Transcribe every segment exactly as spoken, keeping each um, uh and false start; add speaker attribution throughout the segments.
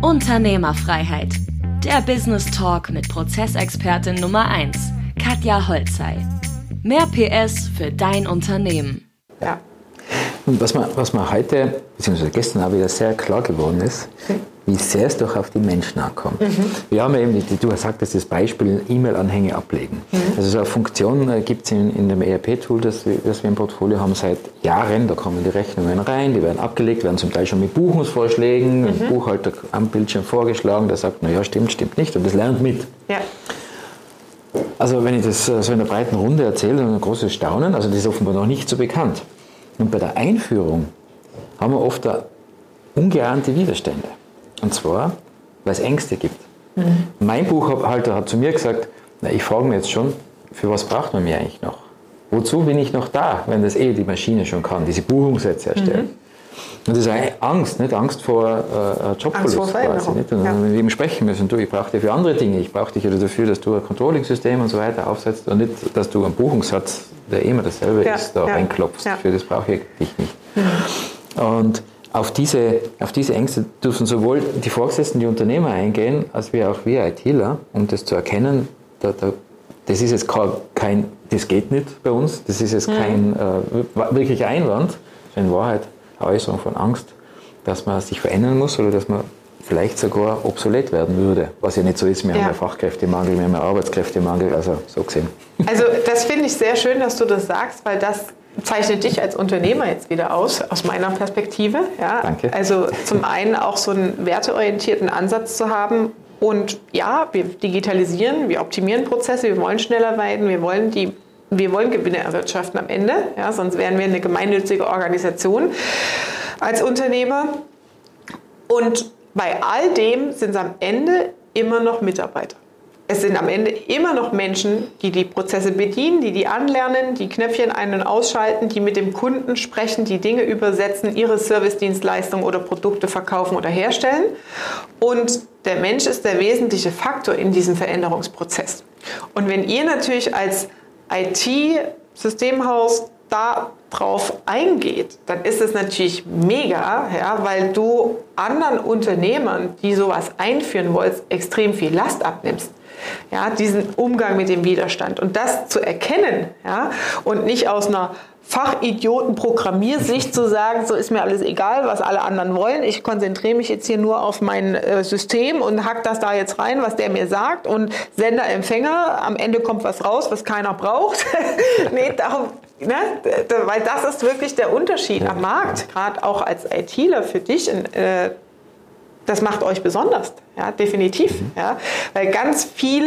Speaker 1: Unternehmerfreiheit. Der Business Talk mit Prozessexpertin Nummer eins, Katja Holzei. Mehr P S für dein Unternehmen.
Speaker 2: Ja.
Speaker 3: Und was mir, was mir heute, beziehungsweise gestern auch wieder sehr klar geworden ist, mhm. wie sehr es doch auf die Menschen ankommt. Mhm. Wir haben eben, du hast gesagt, das Beispiel E-Mail-Anhänge ablegen. Mhm. Also so eine Funktion äh, gibt es in, in dem E R P-Tool, das, das wir im Portfolio haben seit Jahren. Da kommen die Rechnungen rein, die werden abgelegt, werden zum Teil schon mit Buchungsvorschlägen, mhm. ein Buchhalter am Bildschirm vorgeschlagen, der sagt, naja, stimmt, stimmt nicht, und das lernt mit. Ja. Also wenn ich das so in einer breiten Runde erzähle, dann ein großes Staunen, also das ist offenbar noch nicht so bekannt. Und bei der Einführung haben wir oft ungeahnte Widerstände. Und zwar, weil es Ängste gibt. Mhm. Mein Buchhalter hat zu mir gesagt, na, ich frage mich jetzt schon, für was braucht man mich eigentlich noch? Wozu bin ich noch da, wenn das eh die Maschine schon kann, diese Buchungssätze erstellen? Mhm. Und das ist eine Angst, nicht Angst vor äh, Jobverlust quasi. Nicht? Und ja. wir eben sprechen müssen, du, ich brauche dich für andere Dinge, ich brauche dich ja dafür, dass du ein Controlling-System und so weiter aufsetzt und nicht, dass du einen Buchungssatz, der immer dasselbe ja. ist, da ja. reinklopfst. Ja. Für das brauche ich dich nicht. Mhm. Und auf diese, auf diese Ängste dürfen sowohl die Vorgesetzten, die Unternehmer eingehen, als wir auch wir ITler, um das zu erkennen, da, da, das ist jetzt kein, das geht nicht bei uns, das ist jetzt mhm. kein äh, wirklicher Einwand, sondern in Wahrheit Äußerung von Angst, dass man sich verändern muss oder dass man vielleicht sogar obsolet werden würde. Was ja nicht so ist, wir ja. haben ja Fachkräftemangel, wir haben ja Arbeitskräftemangel, also so gesehen.
Speaker 2: Also das finde ich sehr schön, dass du das sagst, weil das zeichnet dich als Unternehmer jetzt wieder aus, aus meiner Perspektive. Ja?
Speaker 3: Danke.
Speaker 2: Also zum einen auch so einen werteorientierten Ansatz zu haben. Und ja, wir digitalisieren, wir optimieren Prozesse, wir wollen schneller werden, wir wollen die Wir wollen Gewinne erwirtschaften am Ende, ja, sonst wären wir eine gemeinnützige Organisation als Unternehmer. Und bei all dem sind es am Ende immer noch Mitarbeiter. Es sind am Ende immer noch Menschen, die die Prozesse bedienen, die die anlernen, die Knöpfchen ein- und ausschalten, die mit dem Kunden sprechen, die Dinge übersetzen, ihre Servicedienstleistungen oder Produkte verkaufen oder herstellen. Und der Mensch ist der wesentliche Faktor in diesem Veränderungsprozess. Und wenn ihr natürlich als I T-Systemhaus da drauf eingeht, dann ist es natürlich mega, ja, weil du anderen Unternehmern, die sowas einführen wollen, extrem viel Last abnimmst. Ja, diesen Umgang mit dem Widerstand und das zu erkennen, ja, und nicht aus einer Fachidioten-Programmiersicht zu sagen, so ist mir alles egal, was alle anderen wollen. Ich konzentriere mich jetzt hier nur auf mein äh, System und hack das da jetzt rein, was der mir sagt. Und Sender, Empfänger, am Ende kommt was raus, was keiner braucht. nee, darum, ne? Weil das ist wirklich der Unterschied am Markt, gerade auch als ITler für dich. Äh, das macht euch besonders, ja, definitiv. Ja? Weil ganz viele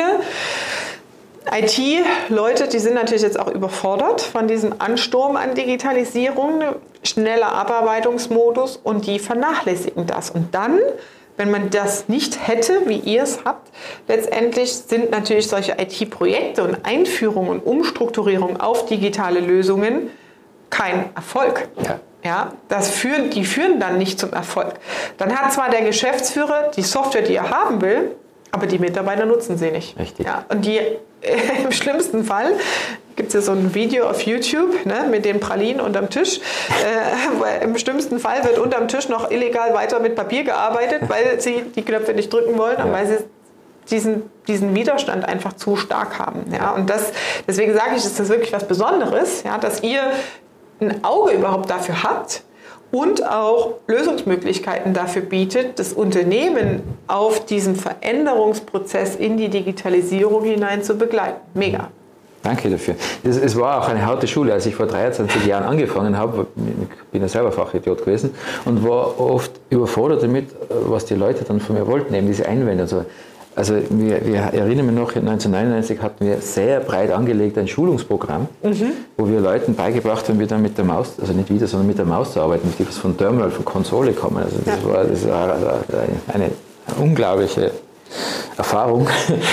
Speaker 2: I T-Leute, die sind natürlich jetzt auch überfordert von diesem Ansturm an Digitalisierung, schneller Abarbeitungsmodus, und die vernachlässigen das. Und dann, wenn man das nicht hätte, wie ihr es habt, letztendlich sind natürlich solche I T-Projekte und Einführungen und Umstrukturierungen auf digitale Lösungen kein Erfolg. Ja. Ja, das führen, die führen dann nicht zum Erfolg. Dann hat zwar der Geschäftsführer die Software, die er haben will, aber die Mitarbeiter nutzen sie nicht.
Speaker 3: Richtig.
Speaker 2: Ja, und die, äh, im schlimmsten Fall gibt es ja so ein Video auf YouTube, ne, mit den Pralinen unterm Tisch. Äh, Im schlimmsten Fall wird unterm Tisch noch illegal weiter mit Papier gearbeitet, weil sie die Knöpfe nicht drücken wollen, ja. weil sie diesen, diesen Widerstand einfach zu stark haben. Ja, und das, deswegen sage ich, ist das wirklich was Besonderes, ja, dass ihr ein Auge überhaupt dafür habt und auch Lösungsmöglichkeiten dafür bietet, das Unternehmen auf diesem Veränderungsprozess in die Digitalisierung hinein zu begleiten. Mega.
Speaker 3: Danke dafür. Es, es war auch eine harte Schule, als ich vor dreiundzwanzig Jahren angefangen habe. Ich bin ja selber Fachidiot gewesen und war oft überfordert damit, was die Leute dann von mir wollten, eben diese Einwände. Also, also wir, wir erinnern mich noch, neunzehnhundertneunundneunzig hatten wir sehr breit angelegt ein Schulungsprogramm, mhm. wo wir Leuten beigebracht haben, wie dann mit der Maus, also nicht wieder, sondern mit der Maus zu arbeiten, die was von Terminal, von Konsole kommen. Also das ja. war, das war eine, eine unglaubliche Erfahrung.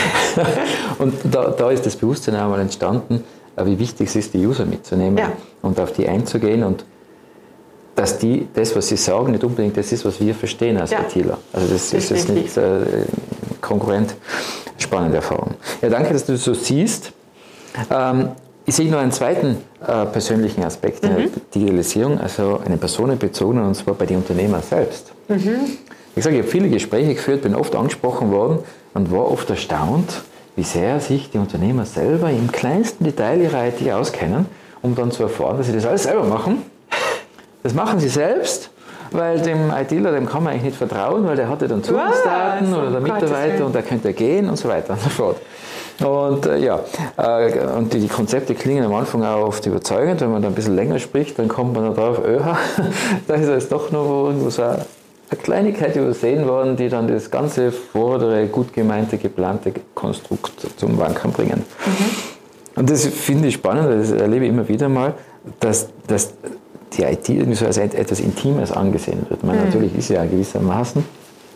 Speaker 3: Und da, da ist das Bewusstsein einmal entstanden, wie wichtig es ist, die User mitzunehmen ja. und auf die einzugehen und dass die das, was sie sagen, nicht unbedingt das ist, was wir verstehen als ja. ITler. Also das ist jetzt nicht äh, konkurrent. Spannende Erfahrung. Ja, danke, dass du das so siehst. Ähm, ich sehe noch einen zweiten äh, persönlichen Aspekt mhm. der Digitalisierung, also einen personenbezogenen, und zwar bei den Unternehmern selbst. Mhm. Ich sage, ich habe viele Gespräche geführt, bin oft angesprochen worden und war oft erstaunt, wie sehr sich die Unternehmer selber im kleinsten Detail ihrer I T auskennen, um dann zu erfahren, dass sie das alles selber machen. Das machen sie selbst, weil dem ITler, dem kann man eigentlich nicht vertrauen, weil der hatte dann Zugangsdaten wow, oder der Mitarbeiter und der könnte gehen und so weiter und so fort. Und äh, ja, äh, und die, die Konzepte klingen am Anfang auch oft überzeugend. Wenn man da ein bisschen länger spricht, dann kommt man da drauf, öha, da ist jetzt doch noch irgendwo so eine Kleinigkeit übersehen worden, die dann das ganze vordere, gut gemeinte, geplante Konstrukt zum Wankern bringen. Mhm. Und das finde ich spannend, das erlebe ich immer wieder mal, dass, dass die I T irgendwie so als etwas Intimes angesehen wird. Man, mhm. Natürlich ist ja gewissermaßen,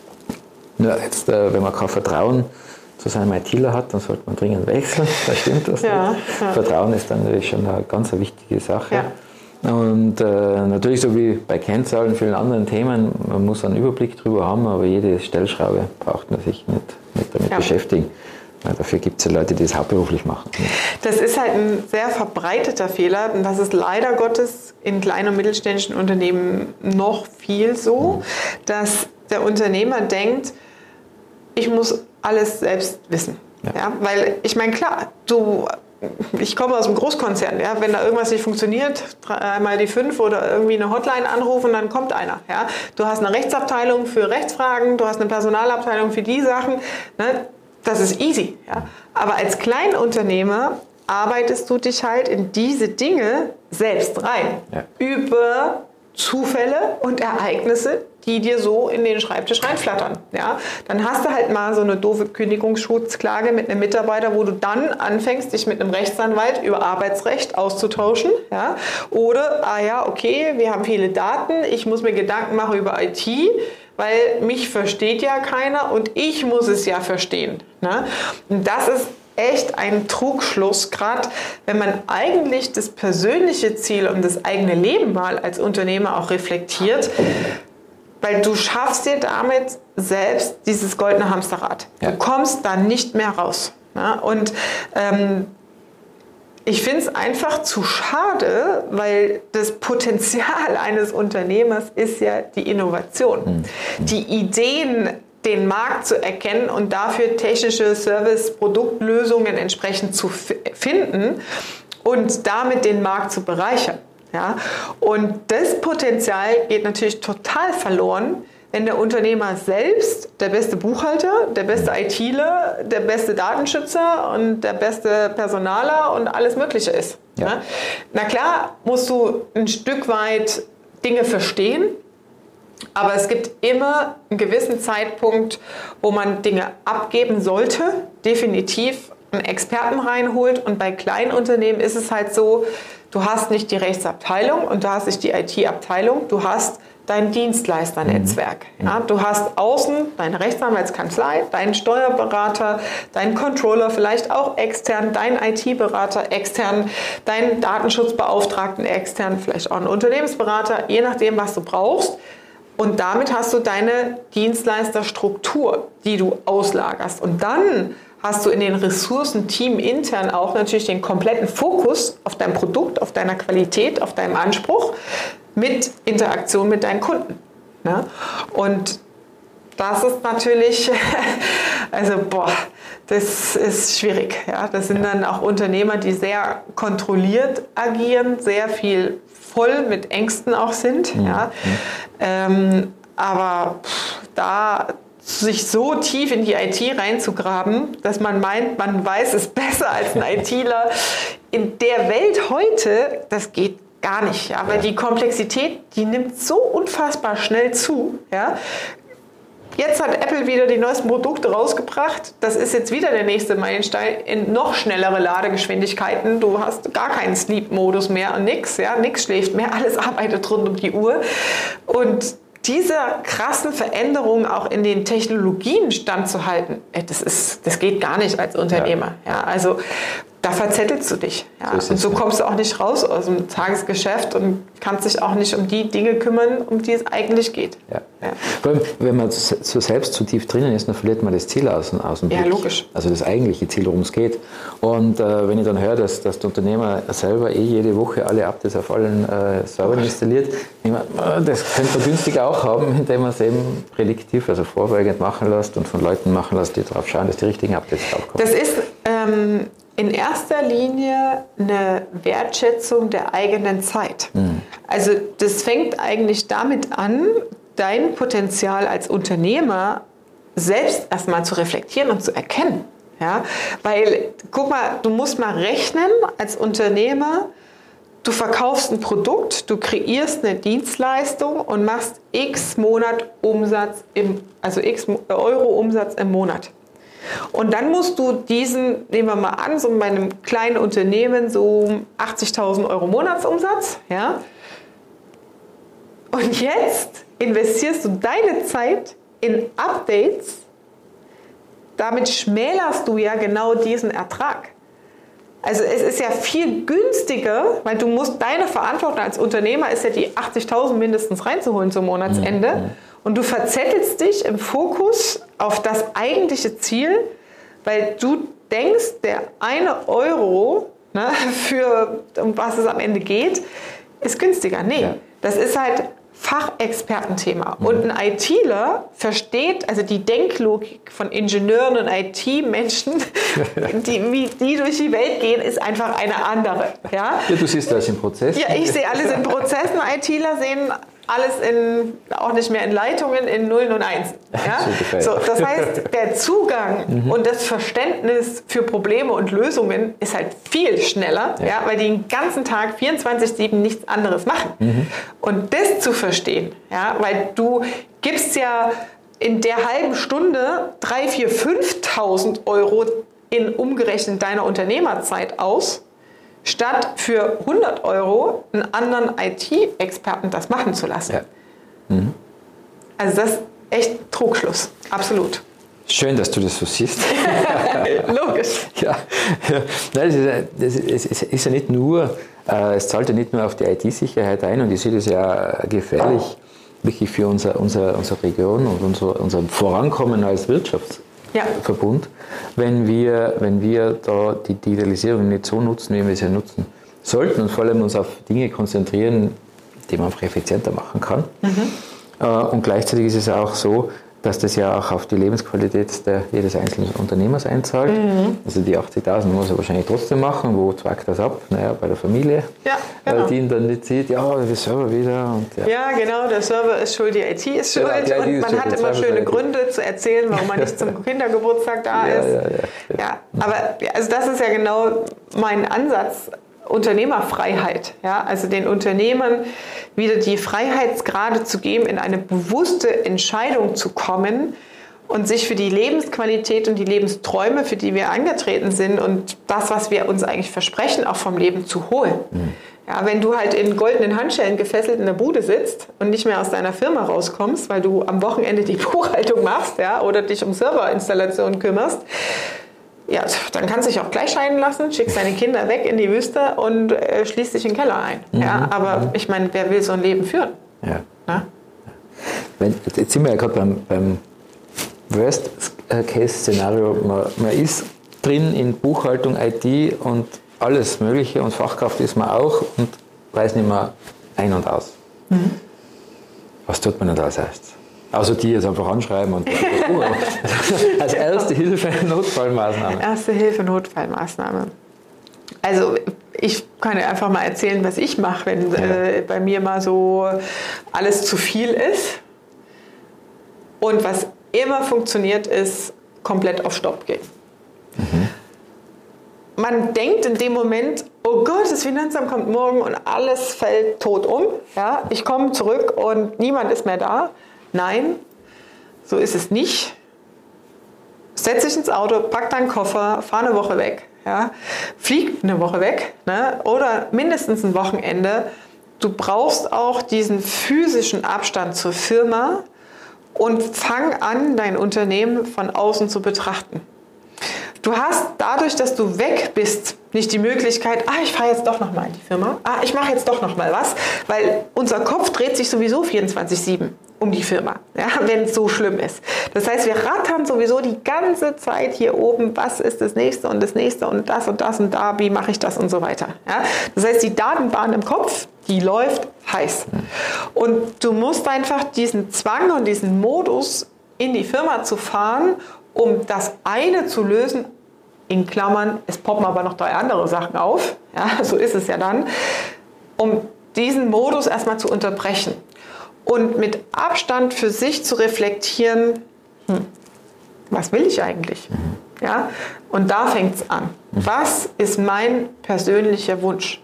Speaker 3: nur jetzt, äh, wenn man kein Vertrauen zu seinem ITler hat, dann sollte man dringend wechseln, da stimmt das ja, nicht. Ja. Vertrauen ist dann natürlich schon eine ganz wichtige Sache. Ja. Und äh, natürlich so wie bei Kennzahlen und vielen anderen Themen, man muss einen Überblick darüber haben, aber jede Stellschraube braucht man sich nicht, nicht damit ja. beschäftigen. Weil dafür gibt es ja Leute, die das hauptberuflich machen.
Speaker 2: Das ist halt ein sehr verbreiteter Fehler und das ist leider Gottes in kleinen und mittelständischen Unternehmen noch viel so, mhm. dass der Unternehmer denkt, ich muss alles selbst wissen. Ja. Ja, weil ich meine, klar, du, ich komme aus einem Großkonzern, ja, wenn da irgendwas nicht funktioniert, einmal die fünf oder irgendwie eine Hotline anrufen, dann kommt einer. Ja. Du hast eine Rechtsabteilung für Rechtsfragen, du hast eine Personalabteilung für die Sachen, ne, das ist easy. Ja. Aber als Kleinunternehmer arbeitest du dich halt in diese Dinge selbst rein. Ja. Über Zufälle und Ereignisse, die dir so in den Schreibtisch reinflattern. Ja? Dann hast du halt mal so eine doofe Kündigungsschutzklage mit einem Mitarbeiter, wo du dann anfängst, dich mit einem Rechtsanwalt über Arbeitsrecht auszutauschen. Ja? Oder, ah ja, okay, wir haben viele Daten, ich muss mir Gedanken machen über I T, weil mich versteht ja keiner und ich muss es ja verstehen. Ne? Und das ist echt ein Trugschluss, gerade wenn man eigentlich das persönliche Ziel und das eigene Leben mal als Unternehmer auch reflektiert, weil du schaffst dir damit selbst dieses goldene Hamsterrad. Ja. Du kommst da nicht mehr raus. Ja? Und ähm, ich finde es einfach zu schade, weil das Potenzial eines Unternehmers ist ja die Innovation. Mhm. Die Ideen, den Markt zu erkennen und dafür technische Service-Produktlösungen entsprechend zu f- finden und damit den Markt zu bereichern. Ja? Und das Potenzial geht natürlich total verloren, wenn der Unternehmer selbst der beste Buchhalter, der beste ITler, der beste Datenschützer und der beste Personaler und alles Mögliche ist. Ja. Ja? Na klar, musst du ein Stück weit Dinge verstehen, aber es gibt immer einen gewissen Zeitpunkt, wo man Dinge abgeben sollte, definitiv einen Experten reinholt. Und bei kleinen Unternehmen ist es halt so, du hast nicht die Rechtsabteilung und du hast nicht die I T-Abteilung, du hast dein Dienstleisternetzwerk. Ja, du hast außen deine Rechtsanwaltskanzlei, deinen Steuerberater, deinen Controller, vielleicht auch extern, deinen I T-Berater extern, deinen Datenschutzbeauftragten extern, vielleicht auch einen Unternehmensberater, je nachdem, was du brauchst. Und damit hast du deine Dienstleisterstruktur, die du auslagerst. Und dann hast du in den Ressourcen-Team intern auch natürlich den kompletten Fokus auf dein Produkt, auf deiner Qualität, auf deinem Anspruch mit Interaktion mit deinen Kunden. Ne? Und das ist natürlich, also boah, das ist schwierig. Ja? Das sind dann auch Unternehmer, die sehr kontrolliert agieren, sehr viel voll mit Ängsten auch sind. Mhm. Ja? Ähm, aber pff, da sich so tief in die I T reinzugraben, dass man meint, man weiß es besser als ein ITler, in der Welt heute, das geht gar nicht. Ja? Weil die Komplexität, die nimmt so unfassbar schnell zu. Ja? Jetzt hat Apple wieder die neuesten Produkte rausgebracht. Das ist jetzt wieder der nächste Meilenstein in noch schnellere Ladegeschwindigkeiten. Du hast gar keinen Sleep-Modus mehr und nix. Ja? Nix schläft mehr, alles arbeitet rund um die Uhr. Und dieser krassen Veränderungen auch in den Technologien standzuhalten, das ist, das geht gar nicht als Unternehmer. Ja. Ja, also da verzettelst du dich. Ja?
Speaker 3: So
Speaker 2: und so kommst du auch nicht raus aus dem Tagesgeschäft und kannst dich auch nicht um die Dinge kümmern, um die es eigentlich geht.
Speaker 3: Ja. Ja. Vor allem, wenn man so selbst zu tief drinnen ist, dann verliert man das Ziel aus, aus dem Blick.
Speaker 2: Ja, logisch.
Speaker 3: Also das eigentliche Ziel, worum es geht. Und äh, wenn ich dann höre, dass, dass der Unternehmer selber eh jede Woche alle Updates auf allen äh, Servern installiert, ich meine, das könnte man günstiger auch haben, indem man es eben prädiktiv, also vorbeugend machen lässt und von Leuten machen lässt, die darauf schauen, dass die richtigen Updates draufkommen.
Speaker 2: Das ist ähm, in erster Linie eine Wertschätzung der eigenen Zeit. Mhm. Also das fängt eigentlich damit an, dein Potenzial als Unternehmer selbst erstmal zu reflektieren und zu erkennen. Ja? Weil, guck mal, du musst mal rechnen als Unternehmer, du verkaufst ein Produkt, du kreierst eine Dienstleistung und machst x Monat Umsatz, im, also x Euro Umsatz im Monat. Und dann musst du diesen, nehmen wir mal an, so bei einem kleinen Unternehmen so achtzigtausend Euro Monatsumsatz, ja. Und jetzt investierst du deine Zeit in Updates, damit schmälerst du ja genau diesen Ertrag. Also es ist ja viel günstiger, weil du musst, deine Verantwortung als Unternehmer ist ja die achtzigtausend mindestens reinzuholen zum Monatsende. Mhm. Und du verzettelst dich im Fokus auf das eigentliche Ziel, weil du denkst, der eine Euro, ne, für um was es am Ende geht, ist günstiger. Nee, ja. Das ist halt Fachexpertenthema. Mhm. Und ein ITler versteht, also die Denklogik von Ingenieuren und I T-Menschen, die, wie die durch die Welt gehen, ist einfach eine andere. Ja,
Speaker 3: ja, du siehst das im Prozess.
Speaker 2: Ja, ich sehe alles in Prozessen. ITler sehen alles in, auch nicht mehr in Leitungen, in Nullen und Einsen. Ja? So, das heißt, der Zugang mhm. und das Verständnis für Probleme und Lösungen ist halt viel schneller, ja. Ja, weil die den ganzen Tag vierundzwanzig sieben nichts anderes machen. Mhm. Und das zu verstehen, ja, weil du gibst ja in der halben Stunde dreitausend, viertausend, fünftausend Euro in umgerechnet deiner Unternehmerzeit aus, statt für hundert Euro einen anderen I T-Experten das machen zu lassen. Ja. Mhm. Also das ist echt Trugschluss, absolut.
Speaker 3: Schön, dass du das so siehst.
Speaker 2: Logisch.
Speaker 3: Ja, ja. Nein, das ist, das ist, es ist ja nicht nur, äh, es zahlt ja nicht nur auf die I T-Sicherheit ein und ich sehe das ja gefährlich, wirklich für unser, unser, unsere Region und unser, unser Vorankommen als Wirtschafts Ja. Verbund, wenn wir, wenn wir da die Digitalisierung nicht so nutzen, wie wir sie nutzen sollten und vor allem uns auf Dinge konzentrieren, die man einfach effizienter machen kann. Mhm. Und gleichzeitig ist es auch so, dass das ja auch auf die Lebensqualität der, jedes einzelnen Unternehmers einzahlt. Mhm. Also die achtzigtausend muss er wahrscheinlich trotzdem machen. Wo zwackt das ab? Naja, bei der Familie,
Speaker 2: ja, genau.
Speaker 3: Weil die ihn dann nicht sieht, ja, der Server wieder. Und ja.
Speaker 2: ja, genau, der Server ist schuld, die I T ist schuld. Ja, die I T und man ist hat immer schöne Gründe zu erzählen, warum man nicht zum Kindergeburtstag da
Speaker 3: ja,
Speaker 2: ist.
Speaker 3: Ja, ja, ja.
Speaker 2: Ja, aber also das ist ja genau mein Ansatz. Unternehmerfreiheit, ja, also den Unternehmern wieder die Freiheitsgrade zu geben, in eine bewusste Entscheidung zu kommen und sich für die Lebensqualität und die Lebensträume, für die wir angetreten sind und das, was wir uns eigentlich versprechen, auch vom Leben zu holen. Mhm. Ja, wenn du halt in goldenen Handschellen gefesselt in der Bude sitzt und nicht mehr aus deiner Firma rauskommst, weil du am Wochenende die Buchhaltung machst, ja, oder dich um Serverinstallationen kümmerst, ja, dann kannst du dich auch gleich scheiden lassen, schickst deine Kinder weg in die Wüste und äh, schließt dich in den Keller ein. Mhm. Ja, aber ich meine, wer will so ein Leben führen?
Speaker 3: Ja. Na? Wenn, jetzt sind wir ja gerade beim, beim Worst-Case-Szenario. Man, man ist drin in Buchhaltung, I T und alles Mögliche und Fachkraft ist man auch und weiß nicht mehr ein und aus. Mhm. Was tut man denn da als erstes? Also die jetzt einfach anschreiben und als erste Hilfe Notfallmaßnahme.
Speaker 2: Erste Hilfe Notfallmaßnahme. Also ich kann dir einfach mal erzählen, was ich mache, wenn ja. äh, bei mir mal so alles zu viel ist. Und was immer funktioniert, ist komplett auf Stopp gehen. Mhm. Man denkt in dem Moment, oh Gott, das Finanzamt kommt morgen und alles fällt tot um. Ja, ich komme zurück und niemand ist mehr da. Nein, so ist es nicht. Setz dich ins Auto, pack deinen Koffer, fahr eine Woche weg, ja, flieg eine Woche weg, ne, oder mindestens ein Wochenende. Du brauchst auch diesen physischen Abstand zur Firma und fang an, dein Unternehmen von außen zu betrachten. Du hast dadurch, dass du weg bist, Nicht die Möglichkeit, ah, ich fahre jetzt doch nochmal in die Firma, ah, ich mache jetzt doch nochmal was, weil unser Kopf dreht sich sowieso vierundzwanzig sieben um die Firma, ja, wenn es so schlimm ist. Das heißt, wir rattern sowieso die ganze Zeit hier oben, was ist das nächste und das nächste und das und das und da, wie mache ich das und so weiter. Ja. Das heißt, die Datenbahn im Kopf, die läuft heiß. Und du musst einfach diesen Zwang und diesen Modus in die Firma zu fahren, um das eine zu lösen, in Klammern, es poppen aber noch drei andere Sachen auf, ja, so ist es ja dann, um diesen Modus erstmal zu unterbrechen und mit Abstand für sich zu reflektieren, hm, was will ich eigentlich? Ja, und da fängt es an. Was ist mein persönlicher Wunsch?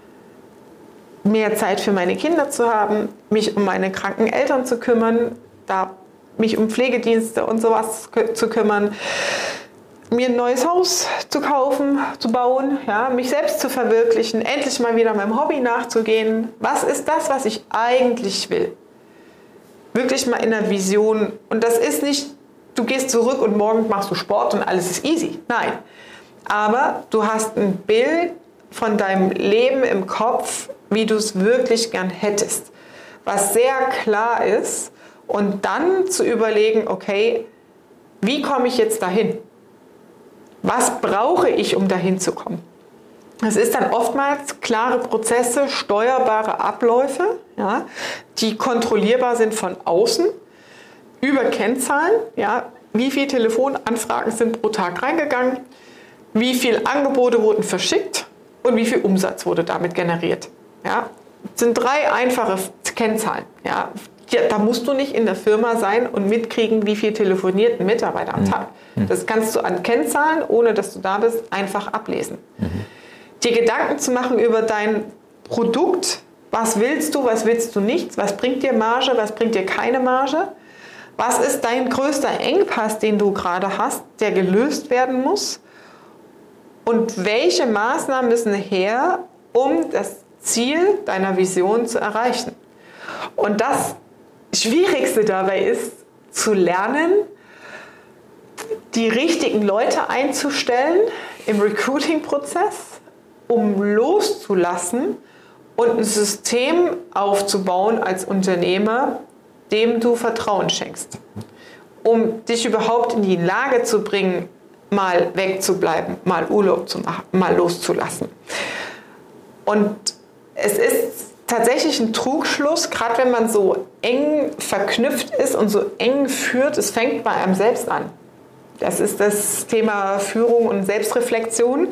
Speaker 2: Mehr Zeit für meine Kinder zu haben, mich um meine kranken Eltern zu kümmern, da mich um Pflegedienste und sowas zu kümmern, mir ein neues Haus zu kaufen, zu bauen, ja, mich selbst zu verwirklichen, endlich mal wieder meinem Hobby nachzugehen. Was ist das, was ich eigentlich will? Wirklich mal in der Vision. Und das ist nicht, du gehst zurück und morgen machst du Sport und alles ist easy. Nein. Aber du hast ein Bild von deinem Leben im Kopf, wie du es wirklich gern hättest. Was sehr klar ist. Und dann zu überlegen, okay, wie komme ich jetzt dahin? Was brauche ich, um dahin zu kommen? Es ist dann oftmals klare Prozesse, steuerbare Abläufe, ja, die kontrollierbar sind von außen, über Kennzahlen, ja, wie viele Telefonanfragen sind pro Tag reingegangen, wie viele Angebote wurden verschickt und wie viel Umsatz wurde damit generiert. Ja. Das sind drei einfache Kennzahlen. Ja. Da musst du nicht in der Firma sein und mitkriegen, wie viel telefoniert ein Mitarbeiter am Tag. Das kannst du an Kennzahlen, ohne dass du da bist, einfach ablesen. Mhm. Dir Gedanken zu machen über dein Produkt, was willst du, was willst du nicht, was bringt dir Marge, was bringt dir keine Marge, was ist dein größter Engpass, den du gerade hast, der gelöst werden muss und welche Maßnahmen müssen her, um das Ziel deiner Vision zu erreichen. Und das Schwierigste dabei ist, zu lernen, die richtigen Leute einzustellen im Recruiting-Prozess, um loszulassen und ein System aufzubauen als Unternehmer, dem du Vertrauen schenkst. Um dich überhaupt in die Lage zu bringen, mal wegzubleiben, mal Urlaub zu machen, mal loszulassen. Und es ist tatsächlich ein Trugschluss, gerade wenn man so eng verknüpft ist und so eng führt, es fängt bei einem selbst an. Das ist das Thema Führung und Selbstreflexion.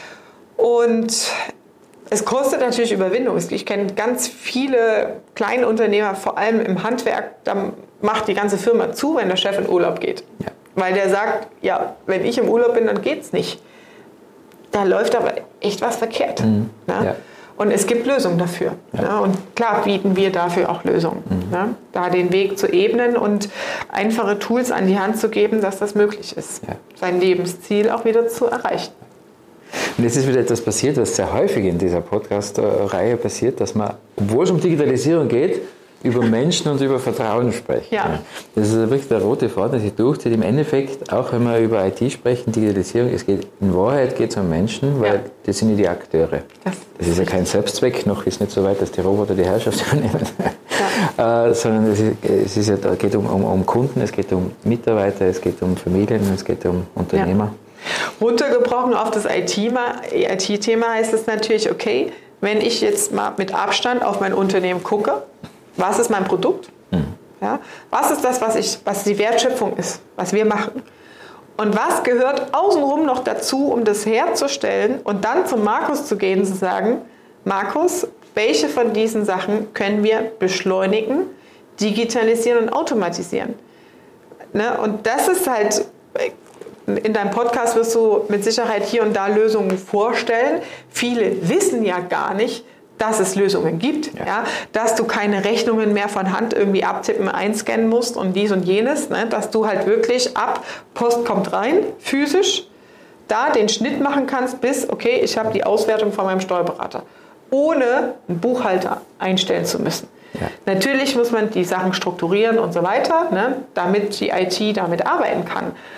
Speaker 2: Und es kostet natürlich Überwindung. Ich kenne ganz viele kleine Unternehmer, vor allem im Handwerk, da macht die ganze Firma zu, wenn der Chef in Urlaub geht. Ja. Weil der sagt, ja, wenn ich im Urlaub bin, dann geht's nicht. Da läuft aber echt was verkehrt. Mhm. Ne? Ja. Und es gibt Lösungen dafür. Ja. Ne? Und klar bieten wir dafür auch Lösungen. Mhm. Ne? Da den Weg zu ebnen und einfache Tools an die Hand zu geben, dass das möglich ist, ja. sein Lebensziel auch wieder zu erreichen.
Speaker 3: Und jetzt ist wieder etwas passiert, was sehr häufig in dieser Podcast-Reihe passiert, dass man, obwohl es um Digitalisierung geht, über Menschen und über Vertrauen sprechen. Ja. Das ist wirklich der rote Faden, der sich durchzieht. Im Endeffekt, auch wenn wir über I T sprechen, Digitalisierung, es geht, in Wahrheit geht es um Menschen, weil ja. das sind ja die Akteure. Das, das ist ja kein Selbstzweck, noch ist nicht so weit, dass die Roboter die Herrschaft übernehmen, ja. äh, sondern es, ist, es ist ja, geht um, um, um Kunden, es geht um Mitarbeiter, es geht um Familien, es geht um Unternehmer.
Speaker 2: Ja. Runtergebrochen auf das I T-Thema heißt es natürlich, okay, wenn ich jetzt mal mit Abstand auf mein Unternehmen gucke, was ist mein Produkt? Mhm. Ja, was ist das, was, ich, was die Wertschöpfung ist, was wir machen? Und was gehört außenrum noch dazu, um das herzustellen und dann zum Markus zu gehen und zu sagen, Markus, welche von diesen Sachen können wir beschleunigen, digitalisieren und automatisieren? Ne? Und das ist halt, in deinem Podcast wirst du mit Sicherheit hier und da Lösungen vorstellen. Viele wissen ja gar nicht, dass es Lösungen gibt, ja. Ja, dass du keine Rechnungen mehr von Hand irgendwie abtippen, einscannen musst und dies und jenes, ne, dass du halt wirklich ab, Post kommt rein, physisch, da den Schnitt machen kannst bis, okay, ich habe die Auswertung von meinem Steuerberater, ohne einen Buchhalter einstellen zu müssen. Ja. Natürlich muss man die Sachen strukturieren und so weiter, ne, damit die I T damit arbeiten kann.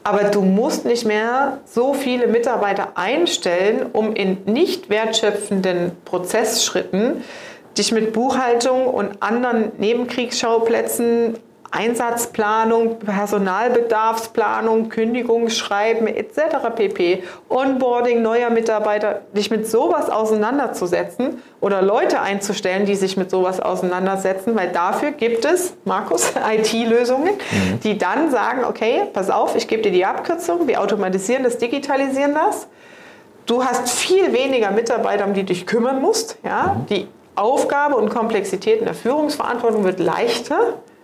Speaker 2: Aber du musst nicht mehr so viele Mitarbeiter einstellen, um in nicht wertschöpfenden Prozessschritten dich mit Buchhaltung und anderen Nebenkriegsschauplätzen, Einsatzplanung, Personalbedarfsplanung, Kündigungsschreiben et cetera pp., Onboarding neuer Mitarbeiter, dich mit sowas auseinanderzusetzen oder Leute einzustellen, die sich mit sowas auseinandersetzen, weil dafür gibt es, Markus, I T-Lösungen, mhm. die dann sagen, okay, pass auf, ich gebe dir die Abkürzung, wir automatisieren das, digitalisieren das. Du hast viel weniger Mitarbeiter, um die du dich kümmern musst. Ja? Mhm. Die Aufgabe und Komplexität in der Führungsverantwortung wird leichter.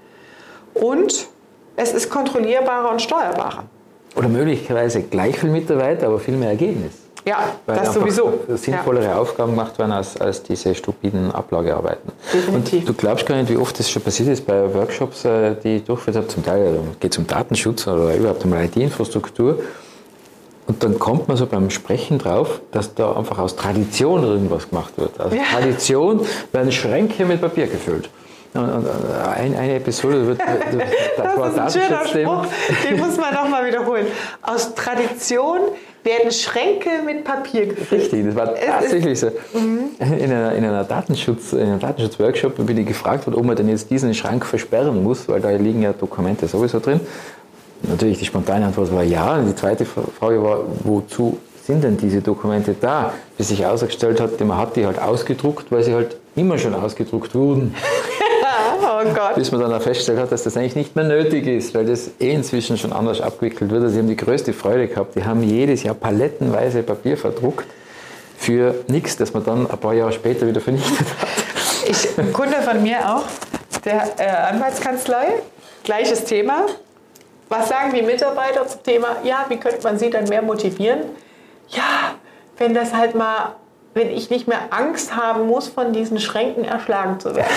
Speaker 2: Und es ist kontrollierbarer und steuerbarer.
Speaker 3: Oder möglicherweise gleich viel Mitarbeiter, aber viel mehr Ergebnis.
Speaker 2: Ja,
Speaker 3: weil
Speaker 2: das sowieso.
Speaker 3: Sinnvollere ja. Aufgaben gemacht werden als, als diese stupiden Ablagearbeiten. Definitiv. Und du glaubst gar nicht, wie oft das schon passiert ist bei Workshops, die ich durchgeführt habe. Zum Teil geht es um Datenschutz oder überhaupt um I T-Infrastruktur. Und dann kommt man so beim Sprechen drauf, dass da einfach aus Tradition irgendwas gemacht wird. Aus ja. Tradition werden Schränke mit Papier gefüllt. Und, und ein, eine Episode wird, das,
Speaker 2: das war das ist ein schöner Spruch, den muss man noch mal wiederholen. Aus Tradition werden Schränke mit Papier gefüllt.
Speaker 3: Richtig, das war tatsächlich so. Mhm. In einer, in einer Datenschutz, in einem Datenschutzworkshop bin ich gefragt worden, ob man denn jetzt diesen Schrank versperren muss, weil da liegen ja Dokumente sowieso drin. Natürlich die spontane Antwort war ja. Und die zweite Frage war, wozu sind denn diese Dokumente da? Bis sich herausgestellt hat, man hat die halt ausgedruckt, weil sie halt immer schon ausgedruckt wurden. Oh Gott. Bis man dann auch festgestellt hat, dass das eigentlich nicht mehr nötig ist, weil das eh inzwischen schon anders abgewickelt wird. Also sie haben die größte Freude gehabt. Die haben jedes Jahr palettenweise Papier verdruckt für nichts, das man dann ein paar Jahre später wieder vernichtet hat.
Speaker 2: Ich, ein Kunde von mir auch, der äh, Anwaltskanzlei, gleiches Thema. Was sagen die Mitarbeiter zum Thema, ja, wie könnte man sie dann mehr motivieren? Ja, wenn das halt mal, wenn ich nicht mehr Angst haben muss, von diesen Schränken erschlagen zu werden.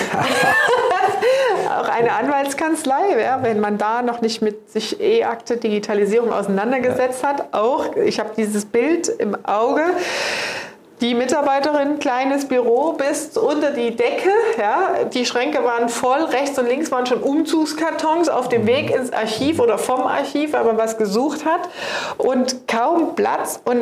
Speaker 2: Auch eine Anwaltskanzlei, ja, wenn man da noch nicht mit sich E-Akte, Digitalisierung auseinandergesetzt hat, auch, ich habe dieses Bild im Auge, die Mitarbeiterin, kleines Büro bis unter die Decke, ja, die Schränke waren voll, rechts und links waren schon Umzugskartons auf dem Weg ins Archiv oder vom Archiv, weil man was gesucht hat und kaum Platz und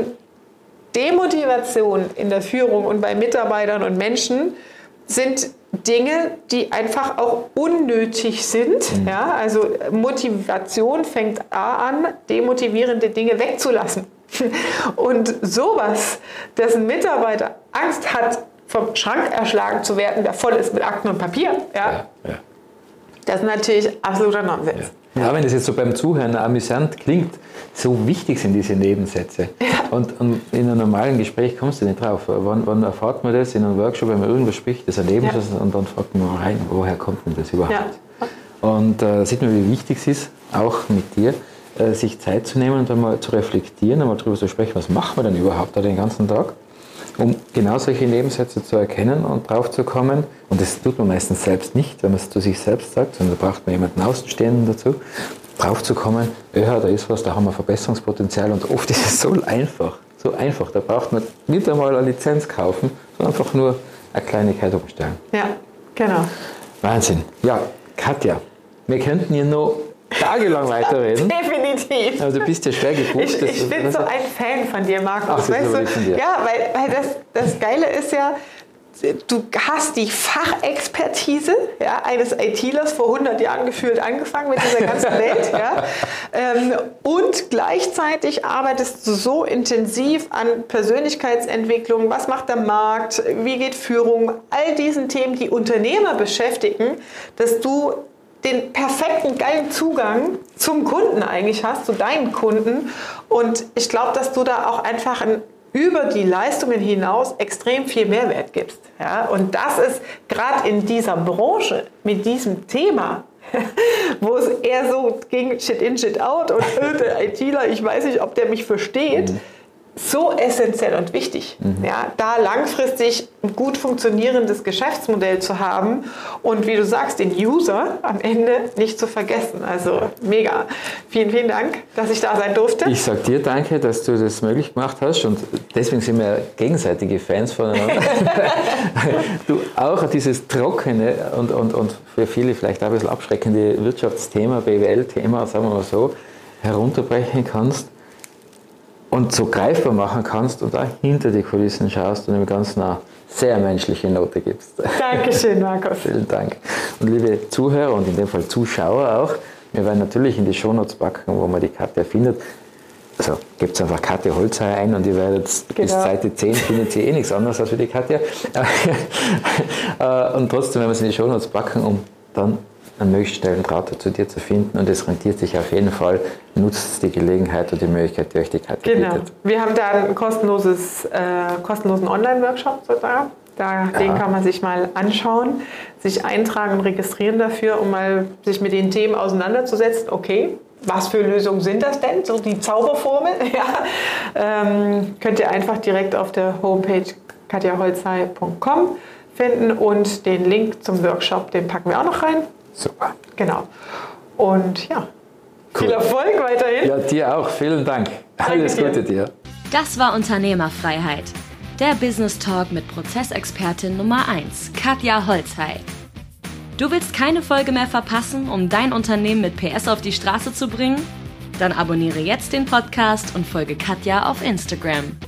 Speaker 2: Demotivation in der Führung und bei Mitarbeitern und Menschen sind Dinge, die einfach auch unnötig sind. Mhm. Ja, also Motivation fängt A an, demotivierende Dinge wegzulassen. Und sowas, dass ein Mitarbeiter Angst hat, vom Schrank erschlagen zu werden, der voll ist mit Akten und Papier, ja, ja, ja. Das ist natürlich absoluter Nonsens.
Speaker 3: Ja. Ja, wenn das jetzt so beim Zuhören amüsant klingt, so wichtig sind diese Nebensätze. Ja. Und, und in einem normalen Gespräch kommst du nicht drauf. Wann, wann erfahrt man das in einem Workshop, wenn man irgendwas spricht, das erleben ja. und dann fragt man rein, woher kommt denn das überhaupt? Ja. Und da äh, sieht man, wie wichtig es ist, auch mit dir, äh, sich Zeit zu nehmen und einmal zu reflektieren, einmal darüber zu sprechen, was machen wir denn überhaupt da den ganzen Tag, um genau solche Nebensätze zu erkennen und drauf zu kommen. Und das tut man meistens selbst nicht, wenn man es zu sich selbst sagt, sondern da braucht man jemanden Außenstehenden dazu, drauf zu kommen, ja, da ist was, da haben wir Verbesserungspotenzial und oft ist es so einfach, so einfach, da braucht man nicht einmal eine Lizenz kaufen, sondern einfach nur eine Kleinigkeit umstellen.
Speaker 2: Ja, genau.
Speaker 3: Wahnsinn. Ja, Katja, wir könnten hier noch tagelang weiterreden.
Speaker 2: Definitiv.
Speaker 3: Aber du bist ja schwer gebucht.
Speaker 2: Ich, ich bin so ein Fan von dir, Markus.
Speaker 3: Ach, das weißt du? Von dir.
Speaker 2: Ja, weil, weil das, das Geile ist ja, du hast die Fachexpertise ja, eines ITlers vor hundert Jahren gefühlt angefangen mit dieser ganzen Welt. Ja, ähm, und gleichzeitig arbeitest du so intensiv an Persönlichkeitsentwicklung, was macht der Markt, wie geht Führung, all diesen Themen, die Unternehmer beschäftigen, dass du den perfekten, geilen Zugang zum Kunden eigentlich hast, zu deinen Kunden. Und ich glaube, dass du da auch einfach ein, über die Leistungen hinaus extrem viel Mehrwert gibst. Ja? Und das ist gerade in dieser Branche mit diesem Thema, wo es eher so ging, Shit in, Shit out und äh, der ITler, ich weiß nicht, ob der mich versteht, mhm. so essentiell und wichtig, mhm. ja, da langfristig ein gut funktionierendes Geschäftsmodell zu haben und wie du sagst, den User am Ende nicht zu vergessen. Also mega. Vielen, vielen Dank, dass ich da sein durfte.
Speaker 3: Ich sag dir danke, dass du das möglich gemacht hast und deswegen sind wir gegenseitige Fans voneinander. Du auch dieses trockene und, und, und für viele vielleicht auch ein bisschen abschreckende Wirtschaftsthema, B W L-Thema, sagen wir mal so, herunterbrechen kannst und so greifbar machen kannst und auch hinter die Kulissen schaust und im Ganzen eine sehr menschliche Note gibst.
Speaker 2: Dankeschön, Markus.
Speaker 3: Vielen Dank. Und liebe Zuhörer und in dem Fall Zuschauer auch, wir werden natürlich in die Shownotes packen, wo man die Katja findet. Also gebt einfach Katja Holzheier ein und ihr werdet genau. bis Seite zehn findet ihr eh nichts anderes als für die Katja. Und trotzdem werden wir es in die Shownotes packen, um dann einen möglichst schnellen Draht zu dir zu finden. Und es rentiert sich auf jeden Fall. Nutzt die Gelegenheit und die Möglichkeit, die euch die Katja
Speaker 2: genau.
Speaker 3: bietet.
Speaker 2: Wir haben da einen kostenloses, äh, kostenlosen Online-Workshop sozusagen. Da, ja. Den kann man sich mal anschauen, sich eintragen und registrieren dafür, um mal sich mit den Themen auseinanderzusetzen. Okay, was für Lösungen sind das denn? So die Zauberformel. Ja. Ähm, könnt ihr einfach direkt auf der Homepage katja holzhey punkt com finden und den Link zum Workshop, den packen wir auch noch rein.
Speaker 3: Super.
Speaker 2: Genau. Und ja, cool. Viel Erfolg weiterhin.
Speaker 3: Ja, dir auch. Vielen Dank. Alles Gute dir.
Speaker 1: Das war Unternehmerfreiheit. Der Business Talk mit Prozessexpertin Nummer eins, Katja Holzhey. Du willst keine Folge mehr verpassen, um dein Unternehmen mit P S auf die Straße zu bringen? Dann abonniere jetzt den Podcast und folge Katja auf Instagram.